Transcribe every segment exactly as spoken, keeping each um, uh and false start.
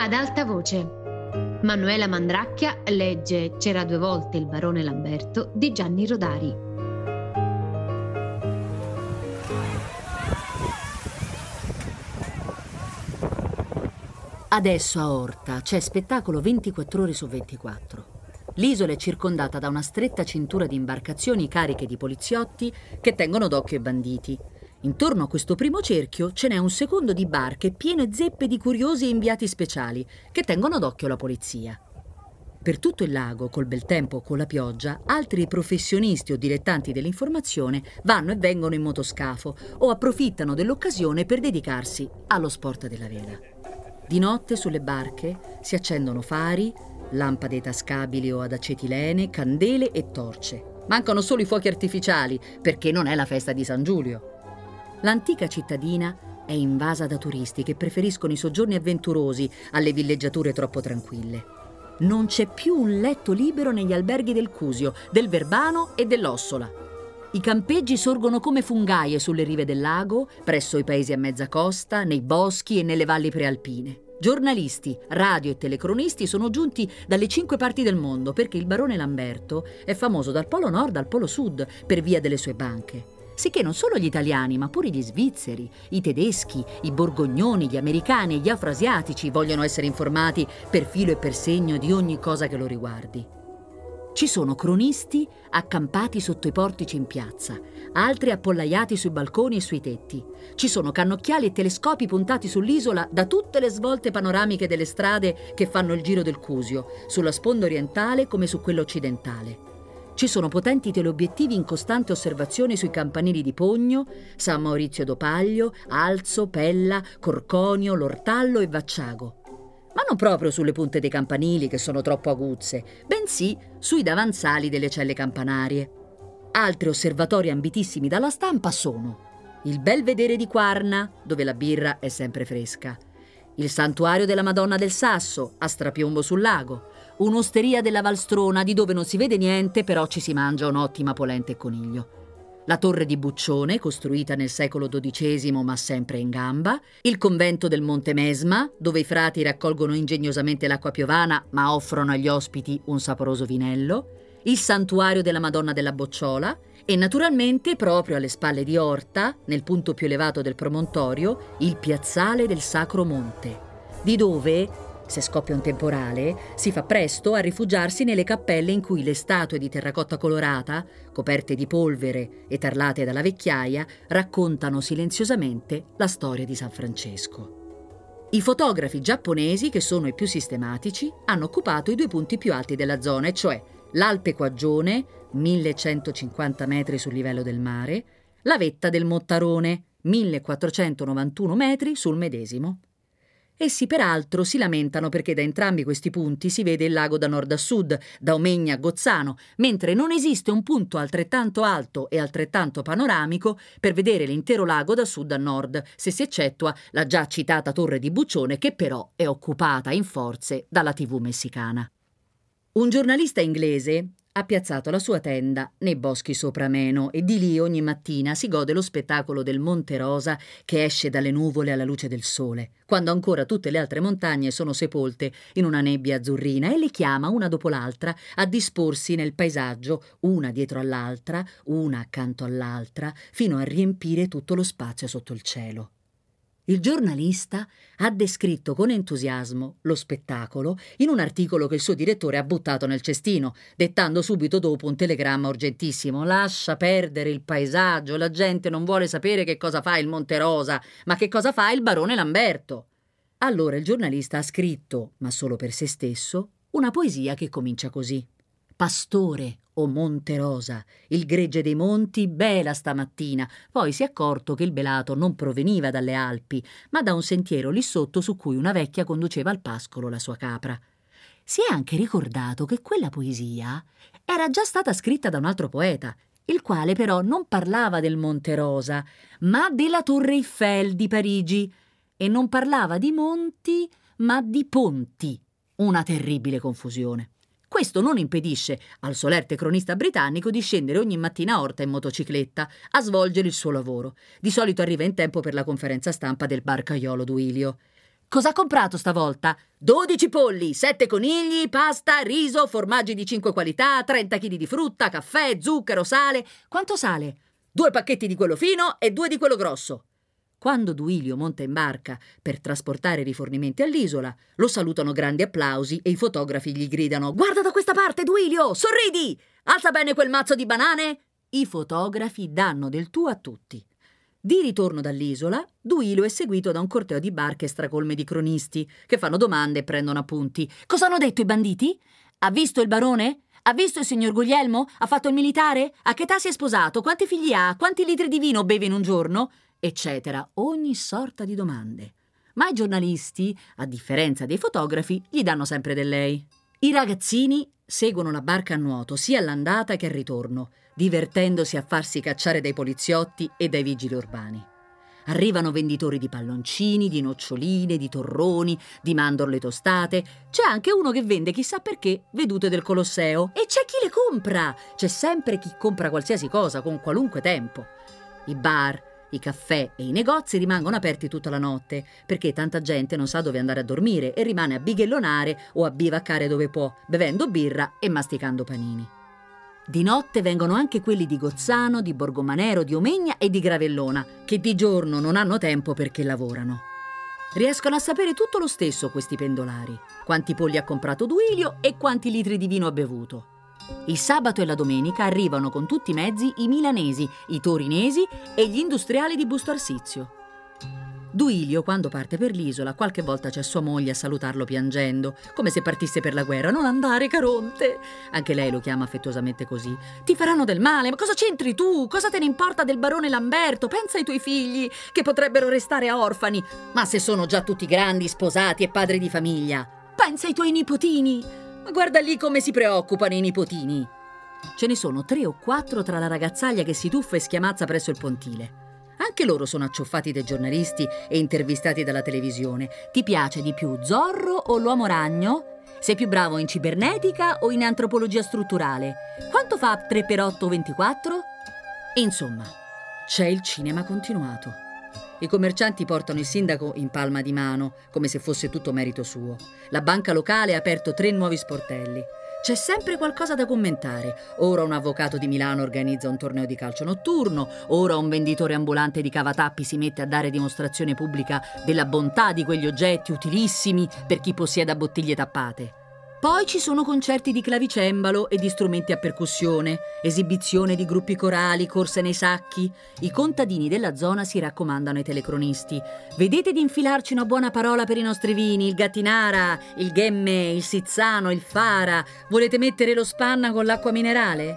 Ad alta voce. Manuela Mandracchia legge C'era due volte il barone Lamberto di Gianni Rodari. Adesso a Orta c'è spettacolo ventiquattro ore su ventiquattro. L'isola è circondata da una stretta cintura di imbarcazioni cariche di poliziotti che tengono d'occhio i banditi. Intorno a questo primo cerchio ce n'è un secondo di barche piene zeppe di curiosi e inviati speciali che tengono d'occhio la polizia. Per tutto il lago, col bel tempo o con la pioggia, altri professionisti o dilettanti dell'informazione vanno e vengono in motoscafo o approfittano dell'occasione per dedicarsi allo sport della vela. Di notte sulle barche si accendono fari, lampade tascabili o ad acetilene, candele e torce. Mancano solo i fuochi artificiali, perché non è la festa di San Giulio. L'antica cittadina è invasa da turisti che preferiscono i soggiorni avventurosi alle villeggiature troppo tranquille. Non c'è più un letto libero negli alberghi del Cusio, del Verbano e dell'Ossola. I campeggi sorgono come fungaie sulle rive del lago, presso i paesi a mezza costa, nei boschi e nelle valli prealpine. Giornalisti, radio e telecronisti sono giunti dalle cinque parti del mondo perché il barone Lamberto è famoso dal Polo Nord al Polo Sud per via delle sue banche. Sicché non solo gli italiani, ma pure gli svizzeri, i tedeschi, i borgognoni, gli americani e gli afroasiatici vogliono essere informati per filo e per segno di ogni cosa che lo riguardi. Ci sono cronisti accampati sotto i portici in piazza, altri appollaiati sui balconi e sui tetti. Ci sono cannocchiali e telescopi puntati sull'isola da tutte le svolte panoramiche delle strade che fanno il giro del Cusio, sulla sponda orientale come su quella occidentale. Ci sono potenti teleobiettivi in costante osservazione sui campanili di Pogno, San Maurizio d'Opaglio, Alzo, Pella, Corconio, Lortallo e Vacciago. Ma non proprio sulle punte dei campanili che sono troppo aguzze, bensì sui davanzali delle celle campanarie. Altri osservatori ambitissimi dalla stampa sono il Belvedere di Quarna, dove la birra è sempre fresca, il Santuario della Madonna del Sasso, a strapiombo sul lago, un'osteria della Valstrona di dove non si vede niente, però ci si mangia un'ottima polenta e coniglio. La torre di Buccione, costruita nel secolo dodicesimo ma sempre in gamba, il convento del Monte Mesma, dove i frati raccolgono ingegnosamente l'acqua piovana ma offrono agli ospiti un saporoso vinello, il santuario della Madonna della Bocciola e naturalmente, proprio alle spalle di Orta, nel punto più elevato del promontorio, il piazzale del Sacro Monte, di dove, se scoppia un temporale, si fa presto a rifugiarsi nelle cappelle in cui le statue di terracotta colorata, coperte di polvere e tarlate dalla vecchiaia, raccontano silenziosamente la storia di San Francesco. I fotografi giapponesi, che sono i più sistematici, hanno occupato i due punti più alti della zona, e cioè l'Alpe Quaggione, millecentocinquanta metri sul livello del mare, la vetta del Mottarone, millequattrocentonovantuno metri sul medesimo. Essi peraltro si lamentano perché da entrambi questi punti si vede il lago da nord a sud, da Omegna a Gozzano, mentre non esiste un punto altrettanto alto e altrettanto panoramico per vedere l'intero lago da sud a nord, se si eccettua la già citata torre di Buccione, che però è occupata in forze dalla tivù messicana. Un giornalista inglese ha piazzato la sua tenda nei boschi sopra Meno e di lì ogni mattina si gode lo spettacolo del Monte Rosa che esce dalle nuvole alla luce del sole, quando ancora tutte le altre montagne sono sepolte in una nebbia azzurrina, e le chiama una dopo l'altra a disporsi nel paesaggio, una dietro all'altra, una accanto all'altra, fino a riempire tutto lo spazio sotto il cielo. Il giornalista ha descritto con entusiasmo lo spettacolo in un articolo che il suo direttore ha buttato nel cestino, dettando subito dopo un telegramma urgentissimo: «Lascia perdere il paesaggio, la gente non vuole sapere che cosa fa il Monte Rosa, ma che cosa fa il barone Lamberto». Allora il giornalista ha scritto, ma solo per se stesso, una poesia che comincia così: «Pastore, o Monte Rosa, il gregge dei monti bela stamattina». Poi si è accorto che il belato non proveniva dalle Alpi, ma da un sentiero lì sotto su cui una vecchia conduceva al pascolo la sua capra. Si è anche ricordato che quella poesia era già stata scritta da un altro poeta, il quale però non parlava del Monte Rosa, ma della Torre Eiffel di Parigi, e non parlava di monti, ma di ponti. Una terribile confusione. Questo non impedisce al solerte cronista britannico di scendere ogni mattina a Orta in motocicletta a svolgere il suo lavoro. Di solito arriva in tempo per la conferenza stampa del barcaiolo Duilio. Cosa ha comprato stavolta? dodici polli, sette conigli, pasta, riso, formaggi di cinque qualità, trenta chili di frutta, caffè, zucchero, sale. Quanto sale? Due pacchetti di quello fino e due di quello grosso. Quando Duilio monta in barca per trasportare i rifornimenti all'isola, lo salutano grandi applausi e i fotografi gli gridano: «Guarda da questa parte, Duilio! Sorridi! Alza bene quel mazzo di banane!» I fotografi danno del tu a tutti. Di ritorno dall'isola, Duilio è seguito da un corteo di barche stracolme di cronisti che fanno domande e prendono appunti. Cosa hanno detto i banditi? Ha visto il barone? Ha visto il signor Guglielmo? Ha fatto il militare? A che età si è sposato? Quanti figli ha? Quanti litri di vino beve in un giorno? Eccetera. Ogni sorta di domande. Ma i giornalisti, a differenza dei fotografi, gli danno sempre del lei. I ragazzini seguono la barca a nuoto sia all'andata che al ritorno, divertendosi a farsi cacciare dai poliziotti e dai vigili urbani. Arrivano venditori di palloncini, di noccioline, di torroni, di mandorle tostate. C'è anche uno che vende chissà perché vedute del Colosseo. E c'è chi le compra! C'è sempre chi compra qualsiasi cosa con qualunque tempo. I bar, i caffè e i negozi rimangono aperti tutta la notte perché tanta gente non sa dove andare a dormire e rimane a bighellonare o a bivaccare dove può, bevendo birra e masticando panini. Di notte vengono anche quelli di Gozzano, di Borgomanero, di Omegna e di Gravellona, che di giorno non hanno tempo perché lavorano. Riescono a sapere tutto lo stesso questi pendolari: quanti polli ha comprato Duilio e quanti litri di vino ha bevuto. Il sabato e la domenica arrivano con tutti i mezzi i milanesi, i torinesi e gli industriali di Busto Arsizio. Duilio, quando parte per l'isola, qualche volta c'è sua moglie a salutarlo piangendo, come se partisse per la guerra. «Non andare, Caronte!» Anche lei lo chiama affettuosamente così. «Ti faranno del male, ma cosa c'entri tu? Cosa te ne importa del barone Lamberto? Pensa ai tuoi figli, che potrebbero restare orfani. Ma se sono già tutti grandi, sposati e padri di famiglia. Pensa ai tuoi nipotini. Ma guarda lì come si preoccupano i nipotini!» Ce ne sono tre o quattro tra la ragazzaglia che si tuffa e schiamazza presso il pontile. Anche loro sono acciuffati dai giornalisti e intervistati dalla televisione. Ti piace di più Zorro o l'Uomo Ragno? Sei più bravo in cibernetica o in antropologia strutturale? Quanto fa tre per otto ventiquattro? Insomma, c'è il cinema continuato. I commercianti portano il sindaco in palma di mano, come se fosse tutto merito suo. La banca locale ha aperto tre nuovi sportelli. C'è sempre qualcosa da commentare. Ora un avvocato di Milano organizza un torneo di calcio notturno, ora un venditore ambulante di cavatappi si mette a dare dimostrazione pubblica della bontà di quegli oggetti utilissimi per chi possieda bottiglie tappate. Poi ci sono concerti di clavicembalo e di strumenti a percussione, esibizione di gruppi corali, corse nei sacchi. I contadini della zona si raccomandano ai telecronisti: vedete di infilarci una buona parola per i nostri vini, il Gattinara, il Ghemme, il Sizzano, il Fara. Volete mettere lo Spanna con l'acqua minerale?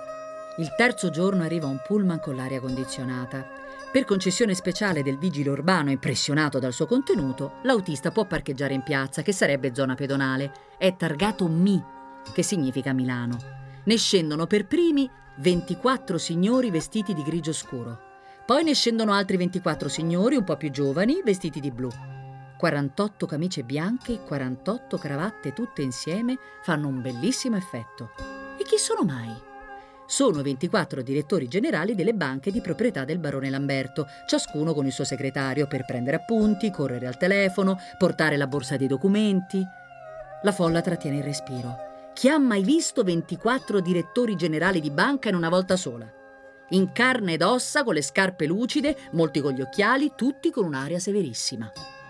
Il terzo giorno arriva un pullman con l'aria condizionata. Per concessione speciale del vigile urbano impressionato dal suo contenuto, l'autista può parcheggiare in piazza, che sarebbe zona pedonale. È targato Mi, che significa Milano. Ne scendono per primi ventiquattro signori vestiti di grigio scuro. Poi ne scendono altri ventiquattro signori un po' più giovani vestiti di blu. quarantotto camicie bianche e quarantotto cravatte tutte insieme fanno un bellissimo effetto. E chi sono mai? Sono ventiquattro direttori generali delle banche di proprietà del barone Lamberto, ciascuno con il suo segretario per prendere appunti, correre al telefono, portare la borsa dei documenti. La folla trattiene il respiro. Chi ha mai visto ventiquattro direttori generali di banca in una volta sola? In carne ed ossa, con le scarpe lucide, molti con gli occhiali, tutti con un'aria severissima.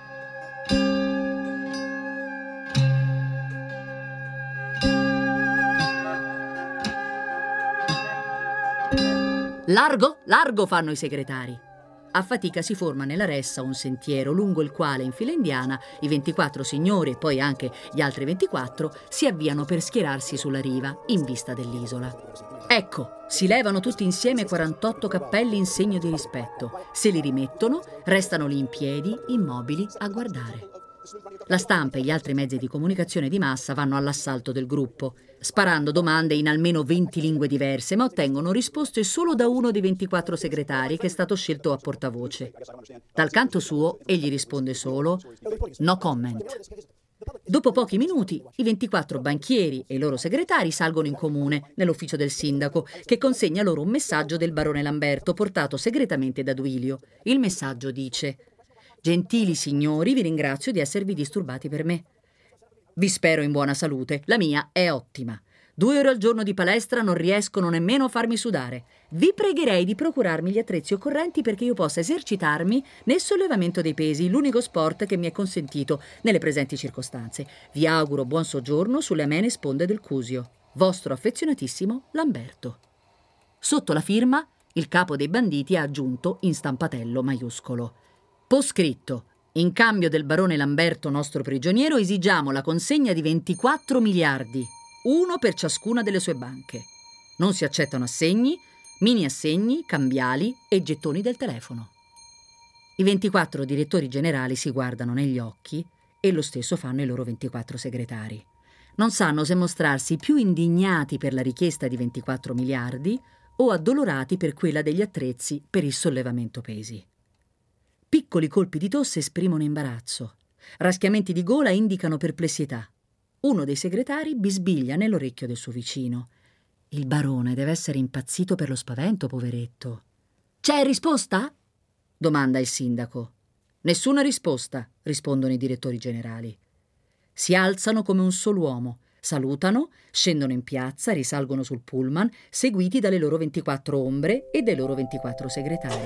Largo, largo fanno i segretari. A fatica si forma nella ressa un sentiero lungo il quale in fila indiana i ventiquattro signori e poi anche gli altri ventiquattro si avviano per schierarsi sulla riva in vista dell'isola. Ecco, si levano tutti insieme quarantotto cappelli in segno di rispetto, se li rimettono, restano lì in piedi, immobili, a guardare. La stampa e gli altri mezzi di comunicazione di massa vanno all'assalto del gruppo, sparando domande in almeno venti lingue diverse, ma ottengono risposte solo da uno dei ventiquattro segretari che è stato scelto a portavoce. Dal canto suo egli risponde solo «no comment». Dopo pochi minuti i ventiquattro banchieri e i loro segretari salgono in comune nell'ufficio del sindaco, che consegna loro un messaggio del barone Lamberto portato segretamente da Duilio. Il messaggio dice: Gentili signori, vi ringrazio di esservi disturbati per me. Vi spero in buona salute, la mia è ottima. Due ore al giorno di palestra non riescono nemmeno a farmi sudare. Vi pregherei di procurarmi gli attrezzi occorrenti perché io possa esercitarmi nel sollevamento dei pesi, l'unico sport che mi è consentito nelle presenti circostanze. Vi auguro buon soggiorno sulle amene sponde del Cusio. Vostro affezionatissimo Lamberto. Sotto la firma, il capo dei banditi ha aggiunto in stampatello maiuscolo: poscritto. In cambio del barone Lamberto, nostro prigioniero, esigiamo la consegna di ventiquattro miliardi, uno per ciascuna delle sue banche. Non si accettano assegni, mini assegni, cambiali e gettoni del telefono. I ventiquattro direttori generali si guardano negli occhi e lo stesso fanno i loro ventiquattro segretari. Non sanno se mostrarsi più indignati per la richiesta di ventiquattro miliardi o addolorati per quella degli attrezzi per il sollevamento pesi. Piccoli colpi di tosse esprimono imbarazzo. Raschiamenti di gola indicano perplessità. Uno dei segretari bisbiglia nell'orecchio del suo vicino. Il barone deve essere impazzito per lo spavento, poveretto. «C'è risposta?» domanda il sindaco. «Nessuna risposta», rispondono i direttori generali. Si alzano come un solo uomo, salutano, scendono in piazza, risalgono sul pullman, seguiti dalle loro ventiquattro ombre e dai loro ventiquattro segretari.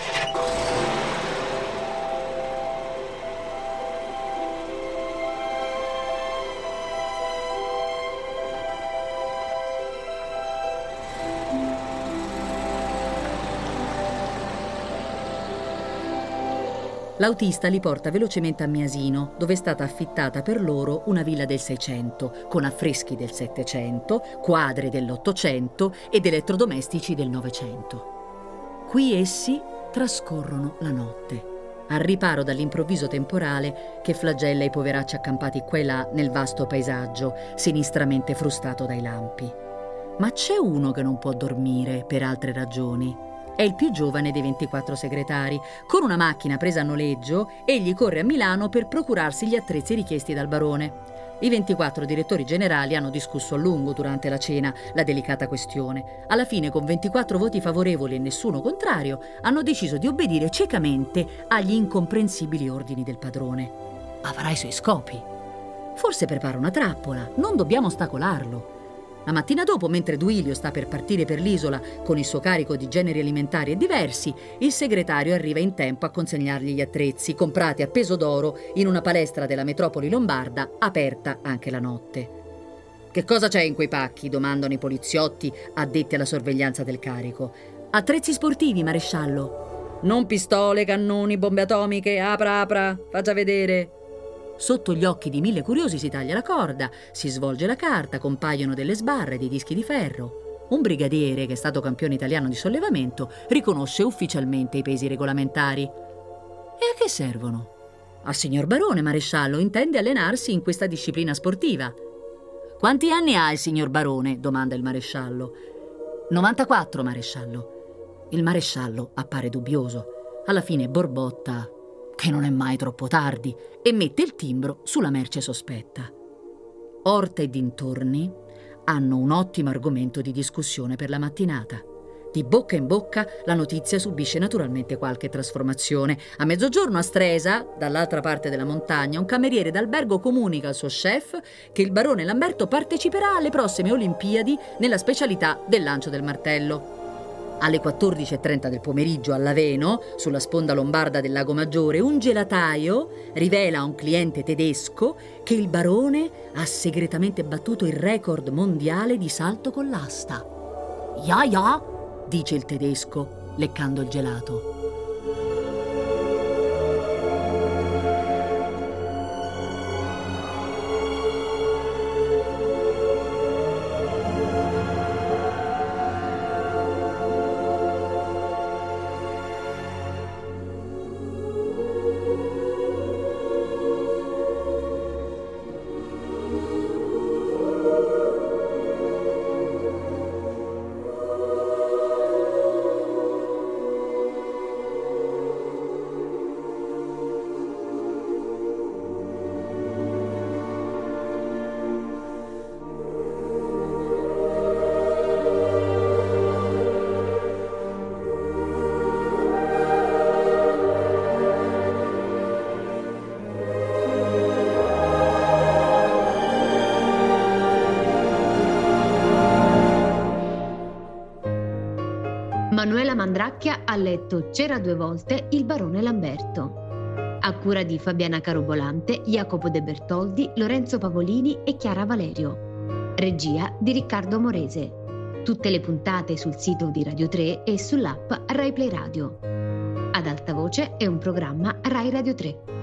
L'autista li porta velocemente a Miasino, dove è stata affittata per loro una villa del Seicento, con affreschi del Settecento, quadri dell'Ottocento ed elettrodomestici del Novecento. Qui essi trascorrono la notte, al riparo dall'improvviso temporale che flagella i poveracci accampati qua e là nel vasto paesaggio, sinistramente frustato dai lampi. Ma c'è uno che non può dormire per altre ragioni. È il più giovane dei ventiquattro segretari. Con una macchina presa a noleggio, egli corre a Milano per procurarsi gli attrezzi richiesti dal barone. I ventiquattro direttori generali hanno discusso a lungo durante la cena la delicata questione. Alla fine, con ventiquattro voti favorevoli e nessuno contrario, hanno deciso di obbedire ciecamente agli incomprensibili ordini del padrone. Avrà i suoi scopi. Forse prepara una trappola, non dobbiamo ostacolarlo. La mattina dopo, mentre Duilio sta per partire per l'isola con il suo carico di generi alimentari e diversi, il segretario arriva in tempo a consegnargli gli attrezzi, comprati a peso d'oro in una palestra della metropoli lombarda, aperta anche la notte. «Che cosa c'è in quei pacchi?» domandano i poliziotti addetti alla sorveglianza del carico. «Attrezzi sportivi, maresciallo». «Non pistole, cannoni, bombe atomiche, apra, apra, faccia vedere». Sotto gli occhi di mille curiosi si taglia la corda, si svolge la carta, compaiono delle sbarre, dei dischi di ferro. Un brigadiere, che è stato campione italiano di sollevamento, riconosce ufficialmente i pesi regolamentari. E a che servono? Al signor barone, maresciallo, intende allenarsi in questa disciplina sportiva. «Quanti anni ha il signor barone?» domanda il maresciallo. novantaquattro, maresciallo. Il maresciallo appare dubbioso. Alla fine borbotta che non è mai troppo tardi e mette il timbro sulla merce sospetta. Orta e dintorni hanno un ottimo argomento di discussione per la mattinata. Di bocca in bocca la notizia subisce naturalmente qualche trasformazione. A mezzogiorno a Stresa, dall'altra parte della montagna, un cameriere d'albergo comunica al suo chef che il barone Lamberto parteciperà alle prossime Olimpiadi nella specialità del lancio del martello. Alle quattordici e trenta del pomeriggio a Laveno, sulla sponda lombarda del Lago Maggiore, un gelataio rivela a un cliente tedesco che il barone ha segretamente battuto il record mondiale di salto con l'asta. «Ja, ja», dice il tedesco, leccando il gelato. Manuela Mandracchia ha letto C'era due volte il barone Lamberto. A cura di Fabiana Carobolante, Jacopo De Bertoldi, Lorenzo Pavolini e Chiara Valerio. Regia di Riccardo Morese. Tutte le puntate sul sito di Radio tre e sull'app Rai Play Radio. Ad alta voce è un programma Rai Radio tre.